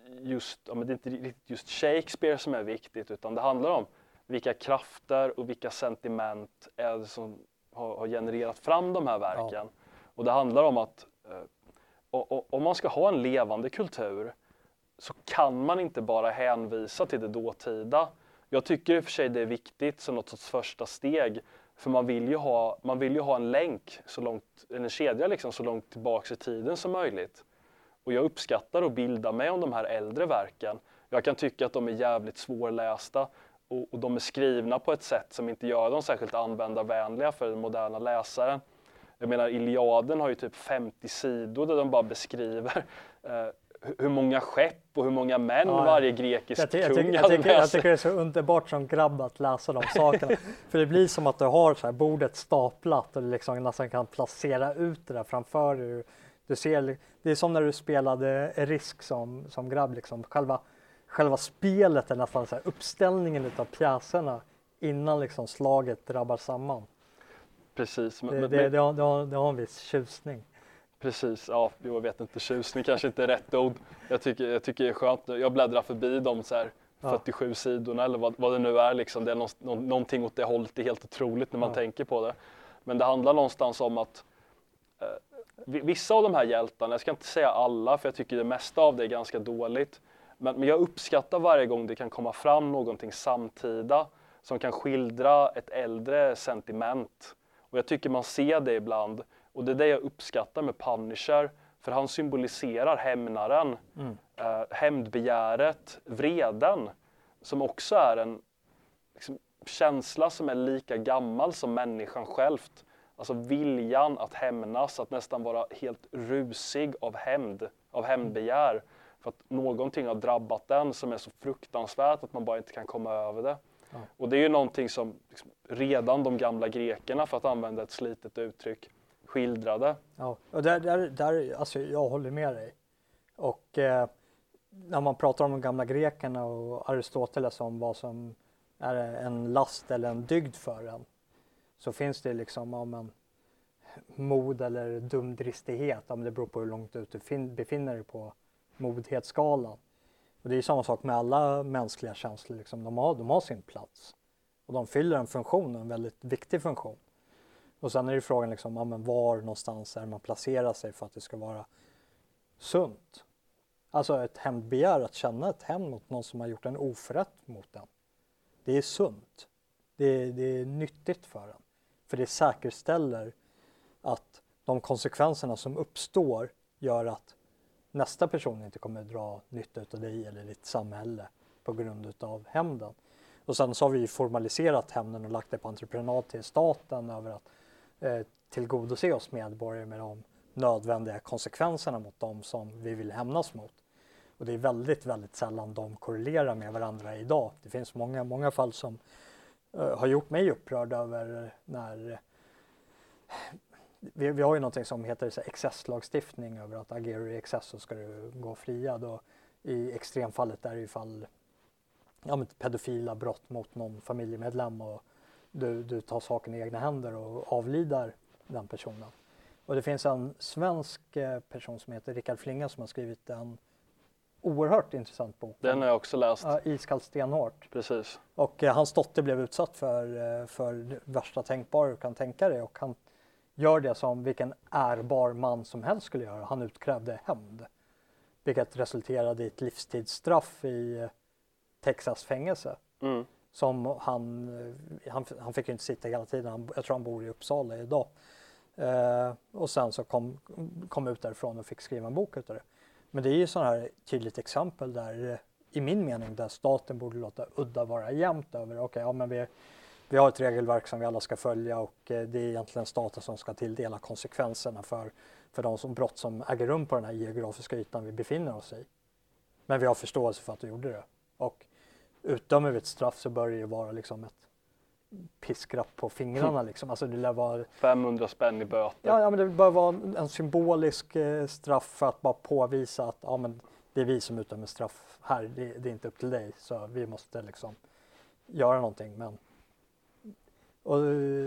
Speaker 2: just Shakespeare som är viktigt, utan det handlar om vilka krafter och vilka sentiment är det som har genererat fram de här verken. Ja. Och det handlar om att om man ska ha en levande kultur så kan man inte bara hänvisa till det dåtida. Jag tycker i och för sig det är viktigt som något sorts första steg För man vill ju ha en länk en kedja liksom så långt tillbaka i tiden som möjligt. Och jag uppskattar att bilda mig om de här äldre verken. Jag kan tycka att de är jävligt svårlästa och de är skrivna på ett sätt som inte gör dem särskilt användarvänliga för den moderna läsaren. Jag menar, Iliaden har ju typ 50 sidor där de bara beskriver hur många skepp och hur många män varje grekisk kung hade med sig.
Speaker 1: Jag tycker det är så underbart som grabb att läsa de sakerna. För det blir som att du har så här bordet staplat och du liksom nästan kan placera ut det där framför dig. Du ser, det är som när du spelade Risk som grabb. Liksom. Själva spelet är nästan så här uppställningen utav pjäserna innan liksom slaget drabbar samman.
Speaker 2: Precis.
Speaker 1: Det har en viss tjusning.
Speaker 2: Precis, ja, jag vet inte, tjusning kanske inte är rätt ord. Jag tycker det är skönt. Jag bläddrar förbi de så här 47 sidorna eller vad det nu är. Liksom. Det är någonting åt det hållet, det är helt otroligt när man tänker på det. Men det handlar någonstans om att vissa av de här hjältarna, jag ska inte säga alla för jag tycker det mesta av det är ganska dåligt. Men jag uppskattar varje gång det kan komma fram någonting samtida som kan skildra ett äldre sentiment. Och jag tycker man ser det ibland. Och det är det jag uppskattar med Punisher. För han symboliserar hämnaren, hämndbegäret, vreden. Som också är en liksom, känsla som är lika gammal som människan självt. Alltså viljan att hämnas, att nästan vara helt rusig av hämndbegär. För att någonting har drabbat den som är så fruktansvärt att man bara inte kan komma över det. Ja. Och det är ju någonting som liksom, redan de gamla grekerna, för att använda ett slitet uttryck, skildrade.
Speaker 1: Ja, och där alltså jag håller med dig. Och när man pratar om de gamla grekerna och Aristoteles om vad som är en last eller en dygd för en, så finns det liksom om en mod eller dumdristighet, om det beror på hur långt ut du befinner dig på modhetsskalan. Och det är samma sak med alla mänskliga känslor. Liksom. De har sin plats. Och de fyller en funktion, en väldigt viktig funktion. Och sen är det frågan liksom, var någonstans är man placerar sig för att det ska vara sunt. Alltså ett hämndbegär, att känna ett hämnd mot någon som har gjort en oförrätt mot den. Det är sunt. Det är nyttigt för en. För det säkerställer att de konsekvenserna som uppstår gör att nästa person inte kommer att dra nytta av dig eller ditt samhälle på grund av hämnden. Och sen så har vi formaliserat hämnden och lagt det på entreprenad till staten över att tillgodose oss medborgare med de nödvändiga konsekvenserna mot dem som vi vill hämnas mot. Och det är väldigt, väldigt sällan de korrelerar med varandra idag. Det finns många fall som har gjort mig upprörd över när vi har ju någonting som heter så excesslagstiftning, över att agerar du i excess så ska du gå friad. Och i extremfallet är det ju fall pedofila brott mot någon familjemedlem och du tar saken i egna händer och avlidar den personen. Och det finns en svensk person som heter Rickard Flinga som har skrivit en oerhört intressant bok.
Speaker 2: Den har jag också läst.
Speaker 1: Iskallt stenhårt.
Speaker 2: Precis.
Speaker 1: Och hans dotter blev utsatt för värsta tänkbara du kan tänka dig, och han gör det som vilken ärbar man som helst skulle göra. Han utkrävde hämnd. Vilket resulterade i ett livstidsstraff i Texas fängelse. Mm. Som han fick ju inte sitta hela tiden. Jag tror han bor i Uppsala idag. Och sen så kom ut därifrån och fick skriva en bok utav det. Men det är ju sån här tydligt exempel där, i min mening, där staten borde låta udda vara jämnt över. Men vi har ett regelverk som vi alla ska följa, och det är egentligen staten som ska tilldela konsekvenserna för de brott som äger rum på den här geografiska ytan vi befinner oss i. Men vi har förståelse för att du gjorde det. Och utdömer vi ett straff så bör det ju vara liksom ett piskrapp på fingrarna. Liksom. Alltså det lär vara
Speaker 2: 500 spänn i böter.
Speaker 1: Ja, men det bör vara en symbolisk straff för att bara påvisa att det är vi som utdömer straff här. Det är inte upp till dig, så vi måste liksom göra någonting. Men och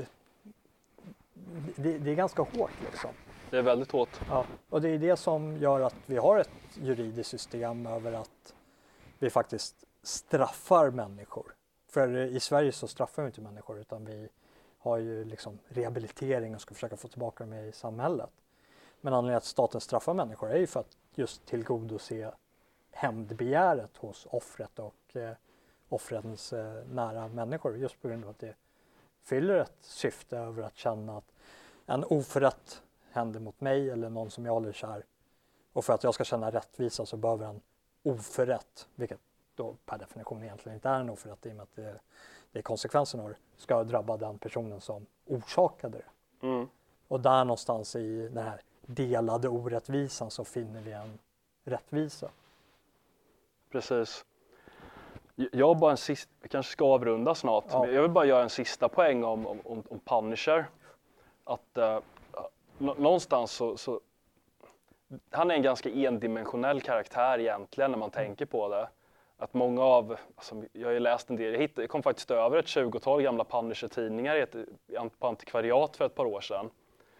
Speaker 1: det är ganska hårt liksom.
Speaker 2: Det är väldigt hårt.
Speaker 1: Ja, och det är det som gör att vi har ett juridiskt system över att vi faktiskt straffar människor. För i Sverige så straffar vi inte människor, utan vi har ju liksom rehabilitering och ska försöka få tillbaka dem i samhället. Men anledningen att staten straffar människor är ju för att just tillgodose hämndbegäret hos offret och offrens nära människor, just på grund av att det fyller ett syfte över att känna att en oförrätt händer mot mig eller någon som jag håller kär. Och för att jag ska känna rättvisa så behöver en oförrätt, vilket då per definition egentligen inte är en oförrätt i och med att det är konsekvensen av det, ska drabba den personen som orsakade det. Mm. Och där någonstans i den här delade orättvisan så finner vi en rättvisa.
Speaker 2: Precis. Jag har bara vi kanske ska avrunda snart. Ja. Men jag vill bara göra en sista poäng om Punisher. Att någonstans så han är en ganska endimensionell karaktär egentligen när man tänker på det. Att många av, alltså jag har ju läst en del, jag kom faktiskt över ett 20-tal gamla Punisher-tidningar på antikvariat för ett par år sedan.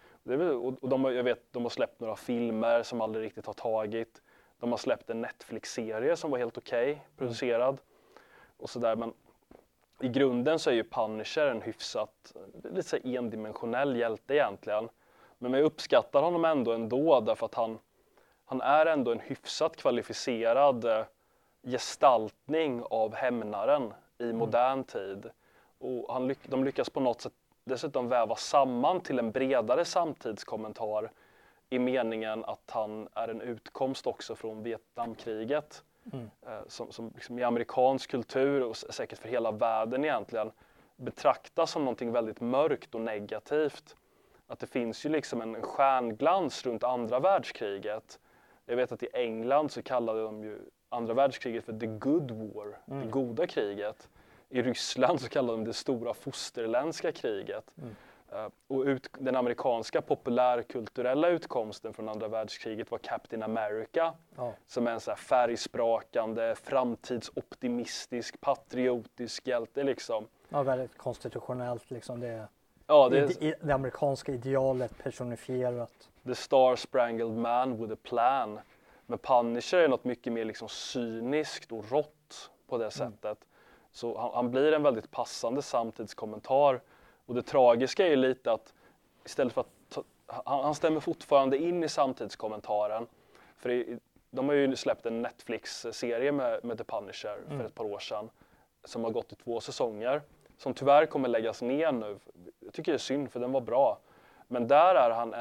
Speaker 2: Jag vet, de har släppt några filmer som aldrig riktigt har tagit. De har släppt en Netflix-serie som var helt okej producerad. Och sådär, men i grunden så är ju Punisher en hyfsat, lite så endimensionell hjälte egentligen. Men jag uppskattar honom ändå därför att han är ändå en hyfsat kvalificerad gestaltning av hämnaren i modern tid. Och de lyckas på något sätt dessutom väva samman till en bredare samtidskommentar i meningen att han är en utkomst också från Vietnamkriget. Som liksom i amerikansk kultur och säkert för hela världen egentligen betraktas som någonting väldigt mörkt och negativt. Att det finns ju liksom en stjärnglans runt andra världskriget. Jag vet att i England så kallade de ju andra världskriget för the good war, det goda kriget. I Ryssland så kallade de det stora fosterländska kriget. Och den amerikanska populärkulturella utkomsten från andra världskriget var Captain America. Som är en så här färgsprakande, framtidsoptimistisk, patriotisk hjälte liksom.
Speaker 1: Ja, väldigt konstitutionellt liksom. Det amerikanska idealet personifierat.
Speaker 2: The Star-Spangled Man with a Plan. Men Punisher är något mycket mer liksom cyniskt och rått på det sättet. Så han blir en väldigt passande samtidskommentar. Och det tragiska är ju lite att istället för att han stämmer fortfarande in i samtidskommentaren. För de har ju släppt en Netflix-serie med The Punisher för ett par år sedan. Som har gått i 2 säsonger. Som tyvärr kommer läggas ner nu. Jag tycker det är synd för den var bra. Men där är han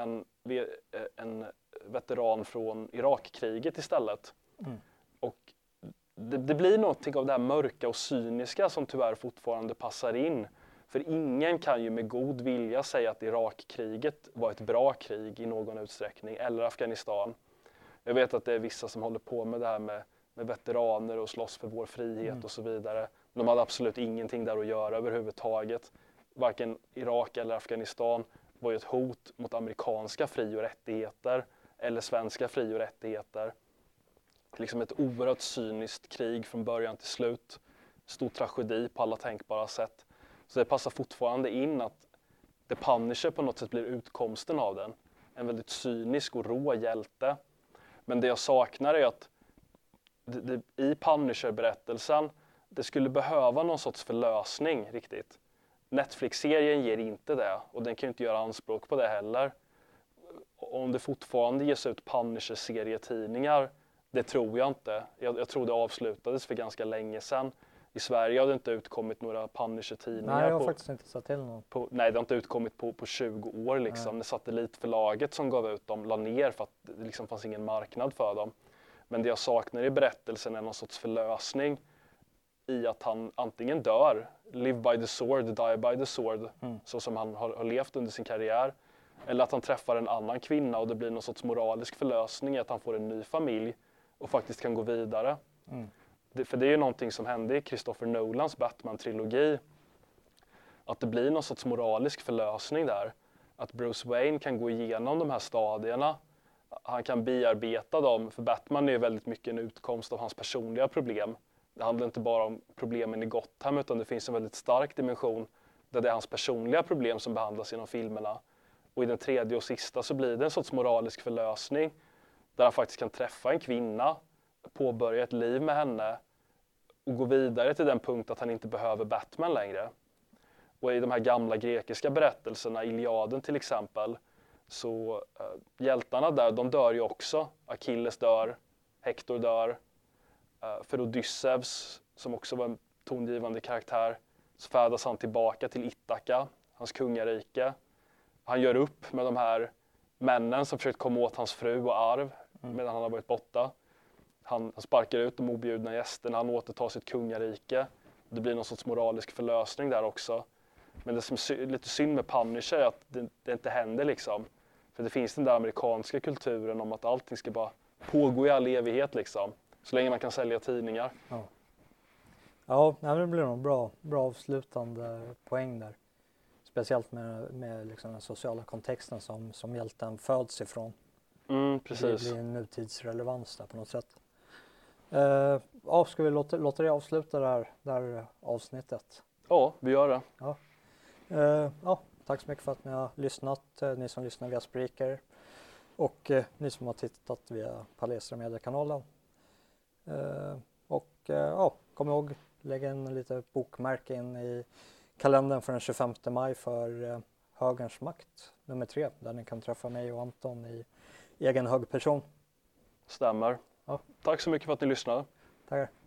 Speaker 2: en veteran från Irakkriget istället. Och det blir någonting av det här mörka och cyniska som tyvärr fortfarande passar in. För ingen kan ju med god vilja säga att Irakkriget var ett bra krig i någon utsträckning, eller Afghanistan. Jag vet att det är vissa som håller på med det här med veteraner och slåss för vår frihet och så vidare. De hade absolut ingenting där att göra överhuvudtaget. Varken Irak eller Afghanistan var ju ett hot mot amerikanska fri- och rättigheter eller svenska fri- och rättigheter. Liksom ett oerhört cyniskt krig från början till slut. Stor tragedi på alla tänkbara sätt. Så det passar fortfarande in att The Punisher på något sätt blir utkomsten av den. En väldigt cynisk och rå hjälte. Men det jag saknar är att i Punisher-berättelsen det skulle behöva någon sorts förlösning riktigt. Netflix-serien ger inte det och den kan ju inte göra anspråk på det heller. Om det fortfarande ges ut Punisher-serietidningar, det tror jag inte. Jag tror det avslutades för ganska länge sedan. I Sverige har det inte utkommit några Punisher-tidningar.
Speaker 1: Nej, jag har faktiskt inte satt till någon.
Speaker 2: Nej, det har inte utkommit på 20 år liksom. Det Satellitförlaget som gav ut dem la ner för att det liksom fanns ingen marknad för dem. Men det jag saknar i berättelsen är någon sorts förlösning i att han antingen dör, live by the sword, die by the sword, så som han har levt under sin karriär. Eller att han träffar en annan kvinna och det blir någon sorts moralisk förlösning i att han får en ny familj och faktiskt kan gå vidare. För det är ju någonting som hände i Christopher Nolans Batman-trilogi. Att det blir någon sorts moralisk förlösning där. Att Bruce Wayne kan gå igenom de här stadierna. Han kan bearbeta dem, för Batman är ju väldigt mycket en utkomst av hans personliga problem. Det handlar inte bara om problemen i Gotham utan det finns en väldigt stark dimension där det är hans personliga problem som behandlas inom filmerna. Och i den tredje och sista så blir det en sorts moralisk förlösning där han faktiskt kan träffa en kvinna, påbörja ett liv med henne och gå vidare till den punkt att han inte behöver Batman längre. Och i de här gamla grekiska berättelserna, Iliaden till exempel, så hjältarna där, de dör ju också. Achilles dör, Hector dör. För Odysseus, som också var en tongivande karaktär, så färdas han tillbaka till Ithaka, hans kungarike. Han gör upp med de här männen som försökt komma åt hans fru och arv medan han har varit borta. Han sparkar ut de objudna gästerna, han återtar sitt kungarike. Det blir någon sorts moralisk förlösning där också. Men det som är lite synd med Punisher är att det inte händer liksom. För det finns den där amerikanska kulturen om att allting ska bara pågå i all evighet liksom. Så länge man kan sälja tidningar.
Speaker 1: Ja, det blir nog bra avslutande poäng där. Speciellt med liksom den sociala kontexten som hjälten föds ifrån.
Speaker 2: Precis.
Speaker 1: Det blir en nutidsrelevans där på något sätt. Ska vi låta det avsluta det här avsnittet?
Speaker 2: Ja, vi gör det.
Speaker 1: Tack så mycket för att ni har lyssnat, ni som lyssnar via Spreaker och ni som har tittat via Palestra Media-kanalen. Kom ihåg, lägg en lite bokmärke in i kalendern för den 25 maj för Högerns makt nummer 3, där ni kan träffa mig och Anton i egen hög person.
Speaker 2: Stämmer.
Speaker 1: Ja.
Speaker 2: Tack så mycket för att ni lyssnade.
Speaker 1: Tackar.